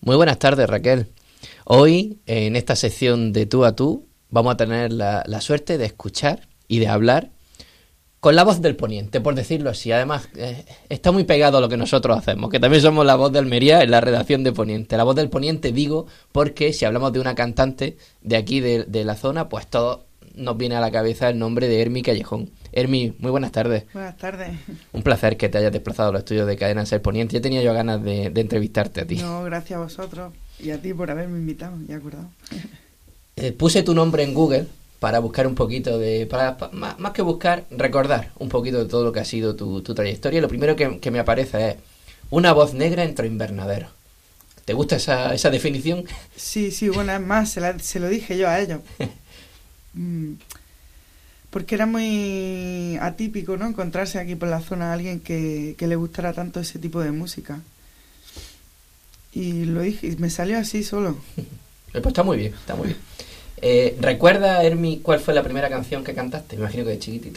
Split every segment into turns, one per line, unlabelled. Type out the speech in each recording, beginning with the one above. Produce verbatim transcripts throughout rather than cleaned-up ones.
Muy buenas tardes, Raquel. Hoy, en esta sección de tú a tú, vamos a tener la, la suerte de escuchar y de hablar con la voz del poniente, por decirlo así. Además, eh, está muy pegado a lo que nosotros hacemos, que también somos la voz de Almería en la redacción de Poniente. La voz del poniente digo porque si hablamos de una cantante de aquí, de, de la zona, pues todo nos viene a la cabeza el nombre de Hermi Callejón. Hermi, muy buenas tardes.
Buenas tardes.
Un placer que te hayas desplazado a los estudios de Cadena Ser Poniente. Ya tenía yo ganas de, de entrevistarte a ti.
No, gracias a vosotros y a ti por haberme invitado, ya acordado.
Eh, puse tu nombre en Google para buscar un poquito de... para, para más, más que buscar, recordar un poquito de todo lo que ha sido tu, tu trayectoria. Lo primero que, que me aparece es una voz negra entre invernaderos. ¿Te gusta esa, esa definición?
Sí, sí, bueno, es más, se, la, se lo dije yo a ellos. mm, porque era muy atípico, ¿no?, encontrarse aquí por la zona a alguien que, que le gustara tanto ese tipo de música. Y lo dije, y me salió así solo.
Pues está muy bien, está muy bien. Eh, ¿Recuerda, Hermi, cuál fue la primera canción que cantaste? Me imagino que de chiquitita.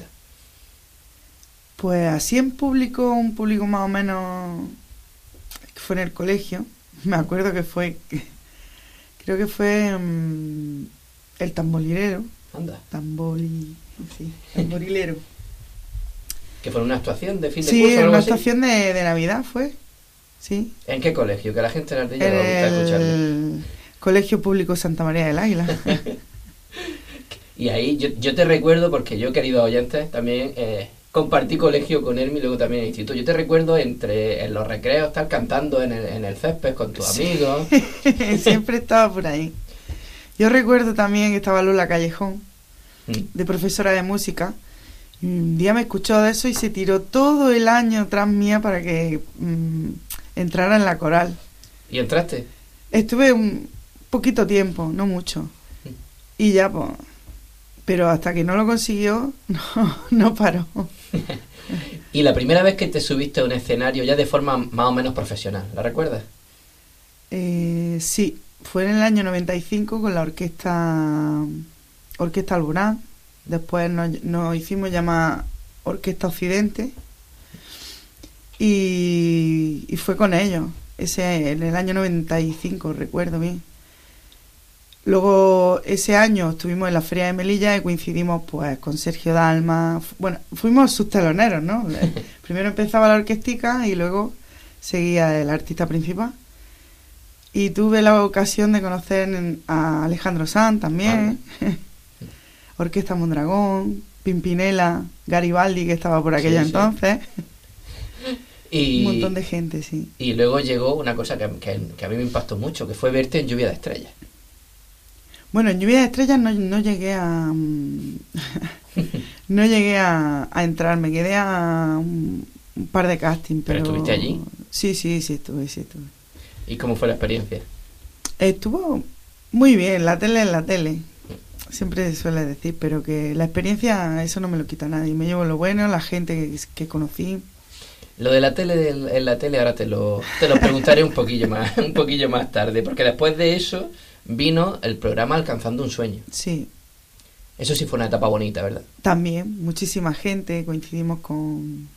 Pues así en público, un público más o menos, que fue en el colegio. Me acuerdo que fue, creo que fue um, el tamborilero.
Anda.
Tamboli, sí, tamborilero.
¿Que fue una actuación de fin de
sí,
curso o algo
una
así?
actuación de, de Navidad fue, sí.
¿En qué colegio? Que la gente en Ardilla
En
no gusta escucharlo.
el Colegio Público Santa María del Águila.
Y ahí yo, yo te recuerdo, porque yo, queridos oyentes, también eh, compartí colegio con Hermi y luego también en el instituto. Yo te recuerdo entre en los recreos estar cantando en el, en el césped con tus
Sí.
amigos.
Siempre estaba por ahí. Yo recuerdo también que estaba Lola Callejón,
Mm.
de profesora de música. Y un día me escuchó de eso y se tiró todo el año tras mía para que mm, entrara en la coral.
¿Y entraste?
Estuve un poquito tiempo, no mucho. Y ya, pues... Pero hasta que no lo consiguió, no, no paró.
¿Y la primera vez que te subiste a un escenario ya de forma más o menos profesional, la recuerdas?
Eh, sí, fue en el año noventa y cinco con la orquesta Orquesta Alborán. Después nos, nos hicimos llamar Orquesta Occidente. Y, y fue con ellos. Ese en el año noventa y cinco, recuerdo bien. Luego ese año estuvimos en la Feria de Melilla y coincidimos pues con Sergio Dalma. Bueno, fuimos sus teloneros, ¿no? Primero empezaba la orquestica y luego seguía el artista principal. Y tuve la ocasión de conocer a Alejandro Sanz también, Orquesta Mondragón, Pimpinela, Garibaldi, que estaba por aquella
Sí, sí.
entonces.
Y,
Un montón de gente, sí.
y luego llegó una cosa que, que, que a mí me impactó mucho, que fue verte en Lluvia de Estrellas.
Bueno, en Lluvia de Estrellas no, no llegué a... no llegué a, a entrar, me quedé a un, un par de castings.
¿Pero
Pero
estuviste allí?
Sí, sí, sí estuve, sí estuve.
¿Y cómo fue la experiencia?
Estuvo muy bien, la tele es la tele. Siempre se suele decir, pero que la experiencia, eso no me lo quita nadie. Me llevo lo bueno, la gente que, que conocí.
Lo de la tele en la tele ahora te lo, te lo preguntaré un poquillo más, un poquillo más tarde, porque después de eso vino el programa Alcanzando un Sueño.
Sí,
Eso sí fue una etapa bonita, ¿verdad?
también muchísima gente, coincidimos con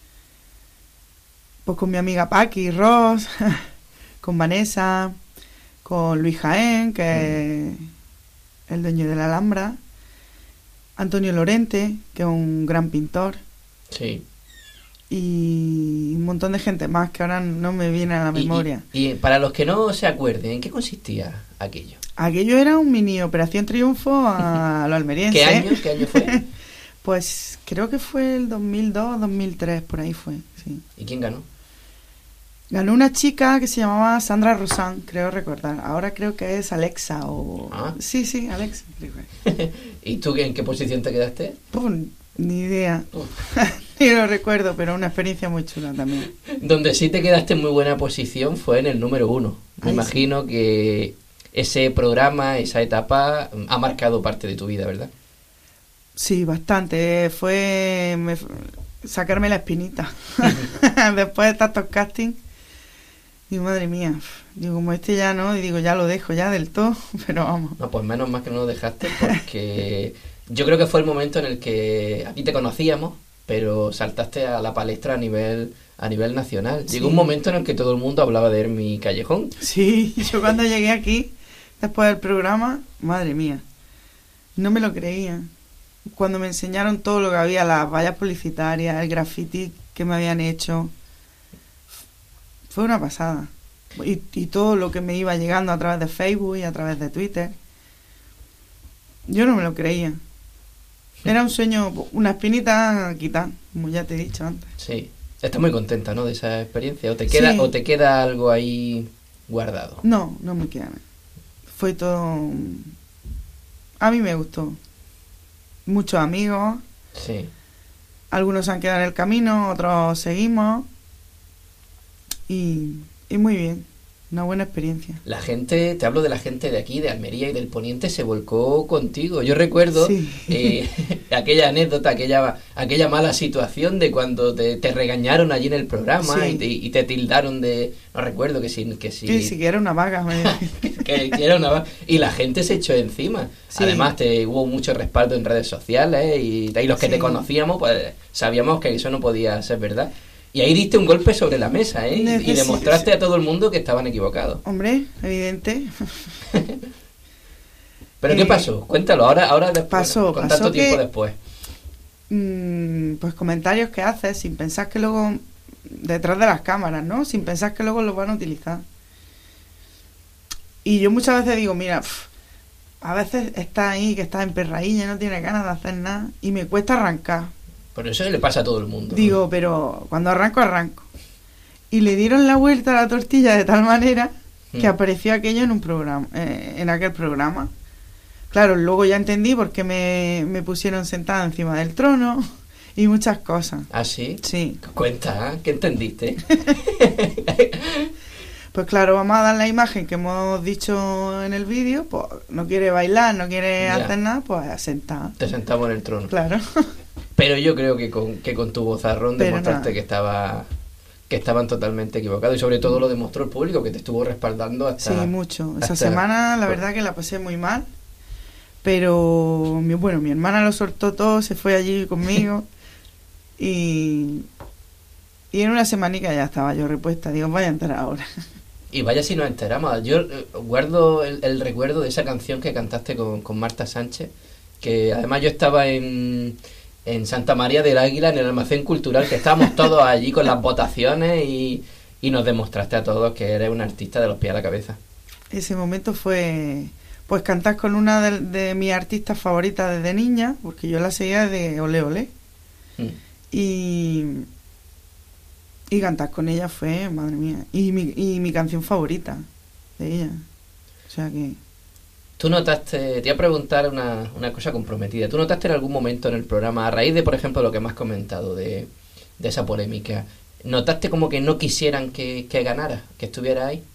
pues con mi amiga Paqui Ross, con Vanessa, con Luis Jaén, que es el dueño de la Alhambra, Antonio Lorente, que es un gran pintor,
Sí.
y un montón de gente más que ahora no me viene a la
Y-
memoria.
Y, y para los que no se acuerden, ¿en qué consistía aquello?
Aquello era un mini Operación Triunfo a lo almeriense.
¿Qué año? ¿Qué año fue?
Pues creo que fue el dos mil dos, dos mil tres, por ahí fue, sí.
¿Y quién ganó?
Ganó una chica que se llamaba Sandra Rosán, creo recordar. Ahora creo que es Alexa o...
Ah.
Sí, sí, Alexa. Creo que.
¿Y tú en qué posición te quedaste?
Pues, ni idea.
Uf.
Ni lo recuerdo, pero una experiencia muy chula también.
Donde sí te quedaste en muy buena posición fue en el número uno. Me
Ay,
imagino que ese programa, esa etapa, ha marcado parte de tu vida, ¿verdad?
Sí, bastante. Fue me- sacarme la espinita. Después de tantos castings. Digo, madre mía. Digo, como este ya no. Y digo, ya lo dejo ya del todo. Pero vamos.
No, pues menos mal que no lo dejaste, porque yo creo que fue el momento en el que aquí te conocíamos, pero saltaste a la palestra a nivel a nivel nacional.
Sí.
Llegó un momento en el que todo el mundo hablaba de Hermi Callejón.
Sí, yo cuando llegué aquí, después del programa, madre mía, no me lo creía. Cuando me enseñaron todo lo que había, las vallas publicitarias, el graffiti que me habían hecho, fue una pasada. Y, y todo lo que me iba llegando a través de Facebook y a través de Twitter, yo no me lo creía. Era un sueño, una espinita quitada, como ya te he dicho antes.
Sí. Estás muy contenta, ¿no?, de esa experiencia. ¿O te queda,
Sí.
o te queda algo ahí guardado?
No, no me queda nada. Fue todo... A mí me gustó. Muchos amigos,
Sí.
algunos se han quedado en el camino, otros seguimos. Y, y muy bien, una buena experiencia.
La gente, te hablo de la gente de aquí, de Almería y del Poniente, se volcó contigo. Yo recuerdo
Sí.
eh, aquella anécdota, aquella aquella mala situación de cuando te, te regañaron allí en el programa,
Sí.
y, te, y te tildaron de... No recuerdo que si... Que si
Que ni siquiera una vaga. Me...
que, que era una... Y la gente se echó encima.
Sí.
Además, te hubo mucho respaldo en redes sociales y, y los que
Sí.
te conocíamos, pues sabíamos que eso no podía ser verdad. Y ahí diste un golpe sobre la mesa, ¿eh? Y- Y
Necesito-
demostraste a todo el mundo que estaban equivocados.
Hombre, evidente.
¿Pero
Eh,
qué pasó? Cuéntalo, ahora, ahora después,
pasó-
con
pasó
tanto tiempo
que-
después.
Mm, pues comentarios que haces sin pensar que luego... Detrás de las cámaras, ¿no? Sin pensar que luego los van a utilizar. Y yo muchas veces digo, mira, pf, a veces estás ahí, que estás en perraíña y no tienes ganas de hacer nada. Y me cuesta arrancar.
Pero eso le pasa a todo el mundo, ¿no?
Digo, pero cuando arranco, arranco. Y le dieron la vuelta a la tortilla de tal manera que
Mm.
apareció aquello en un programa, eh, en aquel programa. Claro, luego ya entendí por qué me, me pusieron sentada encima del trono y muchas cosas.
¿Ah, sí?
Sí.
Cuenta, ¿eh? ¿Qué entendiste?
Pues claro, vamos a dar la imagen que hemos dicho en el vídeo, pues no quiere bailar, no quiere
Ya.
hacer nada, pues sentada.
Te sentamos en el trono.
Claro.
Pero yo creo que con, que con tu vozarrón
Pero
demostraste
nada.
que estaba que estaban totalmente equivocados, y sobre todo lo demostró el público, que te estuvo respaldando hasta...
Sí, mucho. Esa
hasta-
semana la verdad que la pasé muy mal, pero mi, bueno, mi hermana lo soltó todo, se fue allí conmigo y, y en una semanica ya estaba yo repuesta. Digo, vaya a entrar ahora.
Y vaya si nos enteramos. Yo eh, guardo el, el recuerdo de esa canción que cantaste con, con Marta Sánchez, que además yo estaba en, en Santa María del Águila, en el almacén cultural, que estábamos todos allí con las votaciones, y, y nos demostraste a todos que eres un artista de los pies a la cabeza.
Ese momento fue pues cantar con una de, de mis artistas favoritas desde niña, porque yo la seguía de Ole Ole.
Mm.
Y, y cantar con ella fue, madre mía, y mi, y mi canción favorita de ella. O sea que...
Tú notaste, te iba a preguntar una, una cosa comprometida. ¿Tú notaste en algún momento en el programa, a raíz de, por ejemplo, lo que me has comentado, de, de esa polémica, notaste como que no quisieran que, que ganara, que estuviera ahí?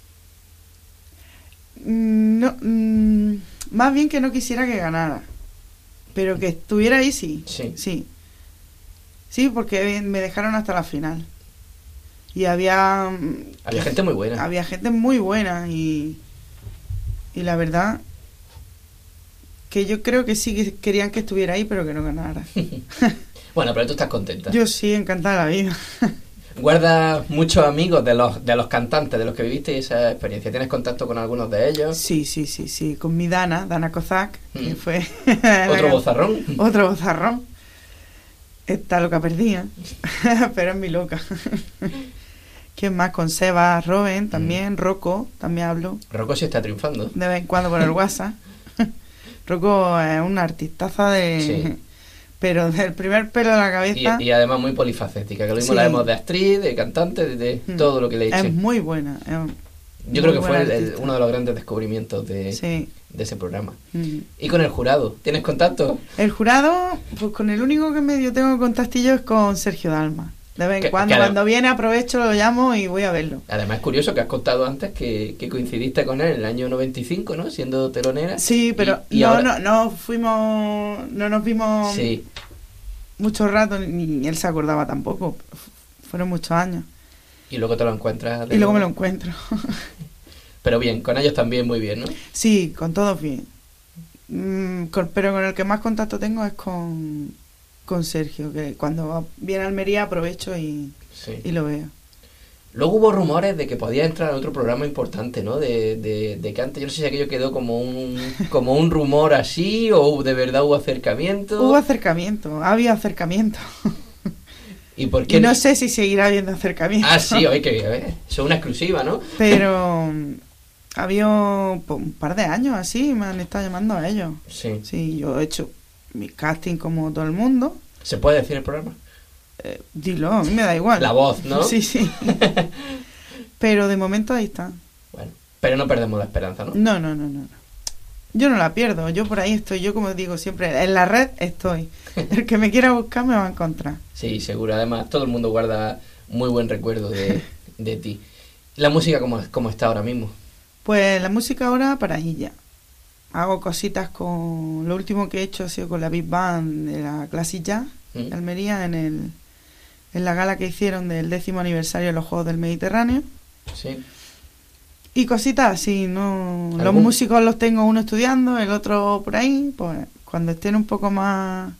Mm, No, mm, más bien que no quisiera que ganara, pero que estuviera ahí sí,
Sí.
sí, sí, porque me dejaron hasta la final y había mm,
Había gente muy buena.
había gente muy buena y y la verdad que yo creo que sí que querían que estuviera ahí, pero que no ganara.
Bueno, pero tú estás contenta.
Yo sí, encantada de la vida.
¿Guardas muchos amigos de los de los cantantes, de los que viviste esa experiencia? ¿Tienes contacto con algunos de ellos?
Sí, sí, sí, sí, con mi Dana, Dana Kozak, que
Mm.
fue
¿Otro bozarrón?
otro bozarrón. Está loca perdida, pero es mi loca. ¿Quién más? Con Seba, Robin, también, Rocco, también hablo
Rocco sí está triunfando.
de vez en cuando por el WhatsApp. Rocco es una artistaza de...
Sí.
Pero del primer pelo de la cabeza
Y, y además muy polifacética, que lo mismo
Sí.
la vemos de actriz, de cantante, de, de
Mm.
todo lo que le
es
echen.
muy buena. es
Yo
muy
creo que fue
buena
el- el-
artista.
uno de los grandes descubrimientos de,
Sí.
de ese programa.
Mm.
¿Y con el jurado? ¿Tienes contacto?
El jurado, pues con el único que medio tengo contactillo es con Sergio Dalma. De vez
Que-
en cuando,
que-
cuando viene aprovecho, lo llamo y voy a verlo.
Además es curioso que has contado antes que, que coincidiste con él en el año noventa y cinco, ¿no? Siendo telonera.
Sí, pero
Y- y
no,
ahora-
no, no fuimos, no nos vimos
Sí.
mucho rato, ni él se acordaba tampoco. F- Fueron muchos años.
Y luego te lo encuentras. de
Y luego me lo
nuevo.
encuentro.
Pero bien, con ellos también muy bien, ¿no?
Sí, con todos bien. Mm, con- pero con el que más contacto tengo es con, con Sergio, que cuando viene a Almería aprovecho y,
Sí.
y lo veo.
Luego hubo rumores de que podía entrar en otro programa importante, ¿no? De, de, de que antes, yo no sé si aquello quedó como un como un rumor así o de verdad hubo acercamiento.
Hubo acercamiento, había acercamiento.
¿Y por qué?
Y no sé si seguirá habiendo acercamiento.
Ah, sí, oye, que eso es una exclusiva, ¿no?
Pero había pues, un par de años así, me han estado llamando a ellos.
Sí.
Sí, yo he hecho mi casting como todo el mundo.
¿Se puede decir el programa?
Eh, dilo, a mí me da igual.
La voz, ¿no?
Sí, sí. Pero de momento ahí está.
Bueno, pero no perdemos la esperanza, ¿no?
No, no, no, no. no. Yo no la pierdo, yo por ahí estoy, yo como digo siempre, en la red estoy. El que me quiera buscar me va a encontrar.
Sí, seguro. Además, todo el mundo guarda muy buen recuerdo de, de ti. ¿La música cómo, cómo está ahora mismo?
Pues la música ahora para ella. Hago cositas con... Lo último que he hecho ha sido con la Big Band de la Classic Jazz
¿Mm?
de Almería en el en la gala que hicieron del décimo aniversario de los Juegos del Mediterráneo.
Sí.
Y cositas así, ¿no? Los
¿Algún?
músicos los tengo uno estudiando, el otro por ahí, pues cuando estén un poco más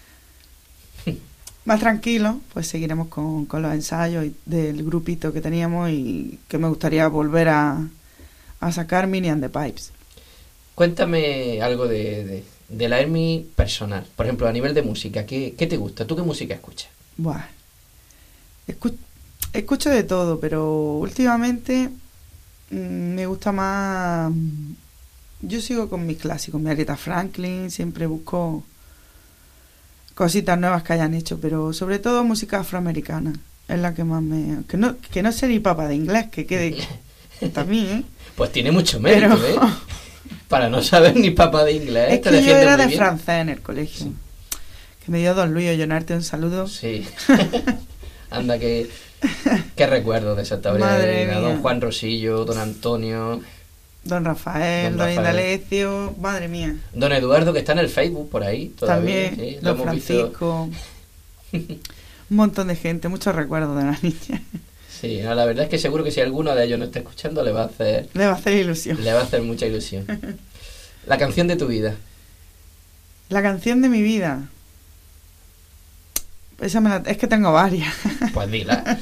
más tranquilos, pues seguiremos con, con los ensayos y- del grupito que teníamos y que me gustaría volver a, a sacar Mini and the Pipes.
Cuéntame algo de, de, de la Hermi personal. Por ejemplo, a nivel de música, ¿qué, qué te gusta? ¿Tú qué música escuchas?
Buah. Escu- escucho de todo, pero últimamente mm, me gusta más... Yo sigo con mis clásicos, mi Aretha Franklin, siempre busco cositas nuevas que hayan hecho, pero sobre todo música afroamericana, es la que más me... Que no, que no sé ni papa de inglés, que quede también, ¿eh?
Pues tiene mucho mérito,
Pero-
¿eh? Para no saber ni papa de inglés.
Es
te
que yo
defiendes
era
muy
de
bien.
francés en el colegio.
Sí.
Que me dio Don Luis Ollonarte un saludo.
Sí. Anda, que qué recuerdo de Santa María
Madre
de Reina.
mía.
Don Juan Rosillo, Don Antonio,
Don Rafael,
Don
Don,
Rafael.
Indalecio, madre mía.
Don Eduardo, que está en el Facebook por ahí todavía.
También,
sí, lo
Don
hemos visto.
Francisco. Un montón de gente, muchos recuerdos de la niña.
Sí, no, la verdad es que seguro que si alguno de ellos no está escuchando le va a hacer
Le va a hacer ilusión.
le va a hacer mucha ilusión. La canción de tu vida.
La canción de mi vida. Esa me la- es que tengo varias.
Pues dila.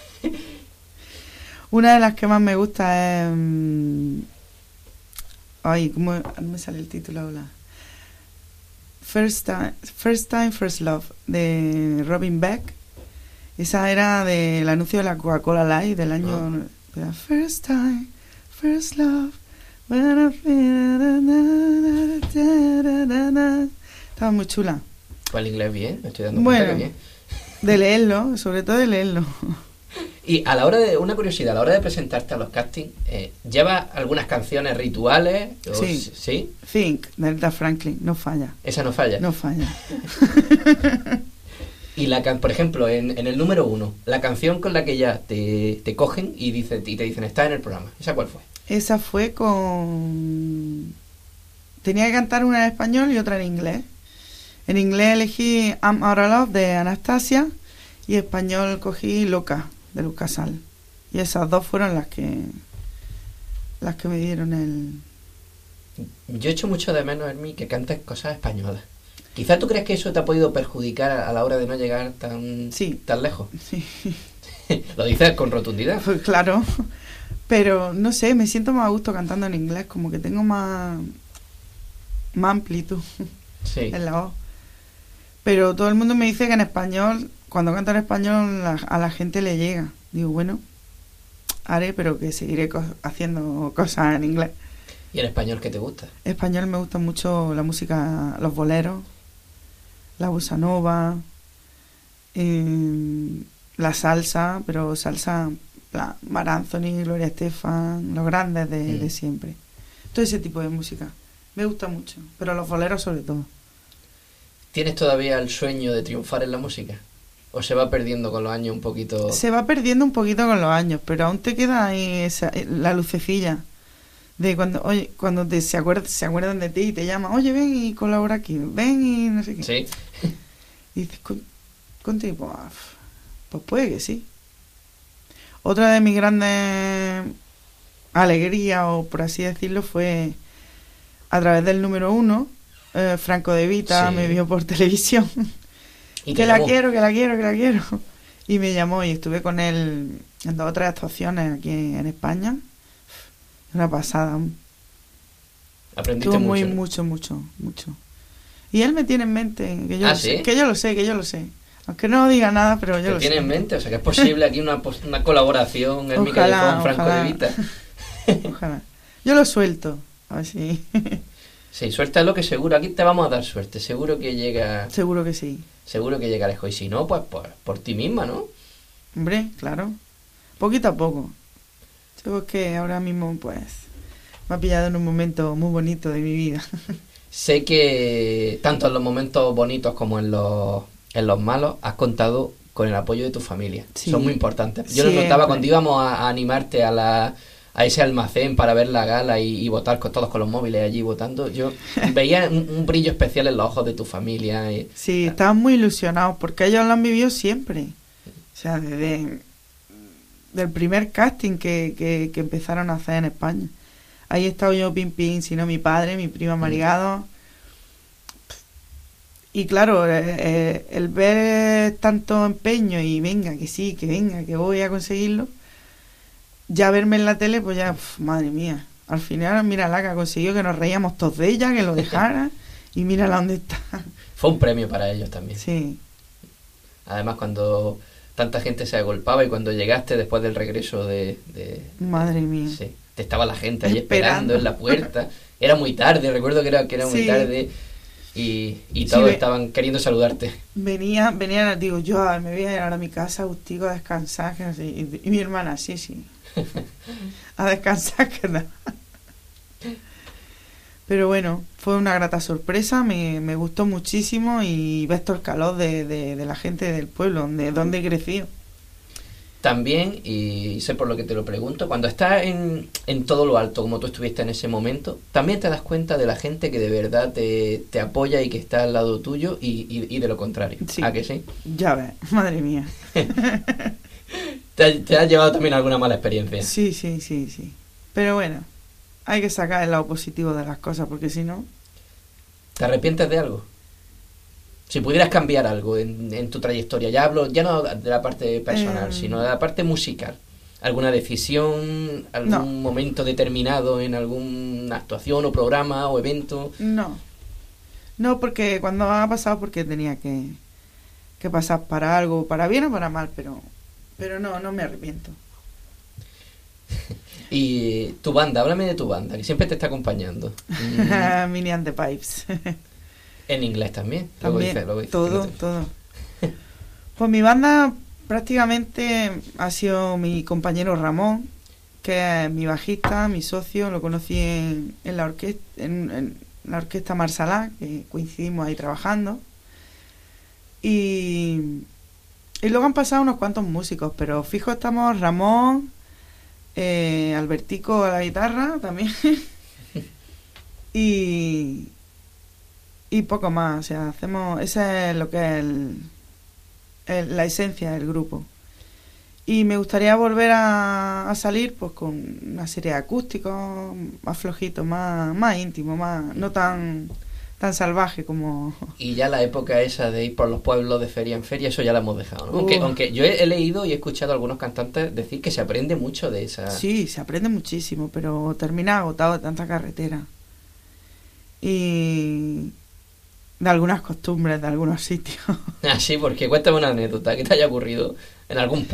Una de las que más me gusta es... mm, Ay, ¿cómo no me sale el título ahora? First Time, First Time, First Love, de Robin Beck. Esa era del anuncio de la Coca-Cola Light del año...
Ah.
First Time, First Love. when I feel- Estaba muy chula.
Pues el inglés bien, me estoy dando
Bueno.
cuenta que bien.
De leerlo, sobre todo de leerlo.
Y a la hora de, una curiosidad, a la hora de presentarte a los castings, eh, ¿llevas algunas canciones rituales? O
Sí.
s- ¿Sí?
Think, de Aretha Franklin, no falla.
Esa no falla.
No falla.
Y la can- por ejemplo, en, en el número uno, la canción con la que ya te, te cogen y, dice, y te dicen, está en el programa. ¿Esa cuál fue?
Esa fue con... Tenía que cantar una en español y otra en inglés. En inglés elegí I'm Out of Love de Anastasia y en español cogí Loca de Luz Casal. Y esas dos fueron las que las que me dieron el...
Yo echo mucho de menos, Hermi, que cantes cosas españolas. Quizás tú crees que eso te ha podido perjudicar a, a la hora de no llegar tan,
Sí.
tan lejos.
Sí,
Lo dices con rotundidad.
pues claro. Pero no sé, me siento más a gusto cantando en inglés, como que tengo más, más amplitud
Sí.
en la voz. Pero todo el mundo me dice que en español, cuando canto en español, la- a la gente le llega. Digo, bueno, haré, pero que seguiré co- haciendo cosas en inglés.
¿Y en español qué te gusta?
En español me gusta mucho la música, los boleros, la bossa nova, eh, la salsa, pero salsa, la Mar Anthony, Gloria Estefan, los grandes de,
Mm.
de siempre. Todo ese tipo de música. Me gusta mucho, pero los boleros sobre todo.
¿Tienes todavía el sueño de triunfar en la música? ¿O se va perdiendo con los años un poquito?
Se va perdiendo un poquito con los años, pero aún te queda ahí esa, la lucecilla de cuando, oye, cuando te, se, acuerdan, se acuerdan de ti y te llaman, oye, ven y colabora aquí, ven y no sé qué.
Sí.
Y dices, "Con- contigo, pues, ah, pues puede que sí". Otra de mis grandes alegrías, o por así decirlo, fue a través del número uno, eh, Franco De Vita
Sí.
me vio por televisión.
Y
que
te
la
llamó.
quiero, que la quiero, que la quiero. Y me llamó y estuve con él en dos o tres actuaciones aquí en España. Una pasada.
Aprendiste
Estuvo
mucho.
muy,
¿no?
mucho, mucho, mucho. Y él me tiene en mente, que yo,
¿Ah,
lo sé,
sí?
que yo lo sé, que yo lo sé. Aunque no diga nada, pero yo
Te
lo
tiene
sé.
en mente, o sea que es posible aquí una, pos- una colaboración, el Miquel
Ojalá,
con Franco
ojalá.
de Vita.
Ojalá. Yo lo suelto. A ver si.
Sí, suéltalo que seguro, aquí te vamos a dar suerte, seguro que llega,
Seguro que sí.
seguro que llega lejos. Y si no, pues, pues por ti misma, ¿no?
Hombre, claro. Poquito a poco. Yo es que ahora mismo, pues, me ha pillado en un momento muy bonito de mi vida.
Sé que tanto en los momentos bonitos como en los, en los malos has contado con el apoyo de tu familia.
Sí.
Son muy importantes. Yo lo
Siempre.
notaba cuando íbamos a, a animarte a la a ese almacén para ver la gala y, y votar con todos con los móviles allí votando. Yo veía un, un brillo especial en los ojos de tu familia. Y,
Sí, estaban muy ilusionados porque ellos lo han vivido siempre. O sea, desde del primer casting que, que, que empezaron a hacer en España. Ahí he estado yo, Pin Pin, sino mi padre, mi prima Marigado. Y claro, eh, eh, el ver tanto empeño y venga, que sí, que venga, que voy a conseguirlo, ya verme en la tele, pues ya, uf, madre mía. Al final, mira la que ha conseguido que nos reíamos todos de ella, que lo dejara, y mírala dónde está.
Fue un premio para ellos también.
Sí,
Además, cuando tanta gente se agolpaba y cuando llegaste después del regreso de... de-
madre mía.
Sí, te estaba la gente ahí
Esperando.
esperando en la puerta. Era muy tarde, recuerdo que era, que era muy
Sí.
tarde y, y
Sí,
todos
ve-
estaban queriendo saludarte.
Venía, venía, digo, yo ay, me voy a ir ahora a mi casa, Agustico, a descansar, que no sé, y, y mi hermana, sí, sí, a descansar, que no. Pero bueno, fue una grata sorpresa, me, me gustó muchísimo y ves todo el calor de, de, de la gente del pueblo, donde, donde he crecido.
También, y sé por lo que te lo pregunto, cuando estás en, en todo lo alto, como tú estuviste en ese momento, también te das cuenta de la gente que de verdad te, te apoya y que está al lado tuyo y, y, y de lo contrario.
Sí.
¿A que sí?
Ya ves, madre mía.
¿Te, te has llevado también alguna mala experiencia?
Sí, sí, sí, sí. Pero bueno, hay que sacar el lado positivo de las cosas, porque si no...
¿Te arrepientes de algo? Si pudieras cambiar algo en, en tu trayectoria, ya hablo ya no de la parte personal,
Eh,
sino de la parte musical. ¿Alguna decisión, algún
No.
momento determinado en alguna actuación o programa o evento?
No. No, porque cuando ha pasado, porque tenía que, que pasar para algo, para bien o para mal, pero, pero no, no me arrepiento.
Y tu banda, háblame de tu banda, que siempre te está acompañando. Mm,
Mini and the Pipes.
en inglés también. Luego
También,
dice, luego dice que
todo,
no te-
todo. Pues mi banda prácticamente ha sido mi compañero Ramón, que es mi bajista, mi socio, lo conocí en, en la orquesta, en, en la orquesta Marsalá, que coincidimos ahí trabajando. Y, y luego han pasado unos cuantos músicos, pero fijo estamos Ramón, eh, Albertico a la guitarra también, y, y poco más. O sea, hacemos, ese es lo que es el, el- la esencia del grupo. Y me gustaría volver a, a salir pues con una serie de acústicos más flojitos, más, más íntimo, más, no tan, tan salvaje como...
Y ya la época esa de ir por los pueblos de feria en feria, eso ya la hemos dejado, ¿no? Aunque,
Uf.
aunque yo he, he leído y he escuchado a algunos cantantes decir que se aprende mucho de esa...
Sí, se aprende muchísimo, pero termina agotado de tanta carretera. Y de algunas costumbres de algunos sitios.
Ah, sí, porque cuéntame una anécdota que te haya ocurrido en algún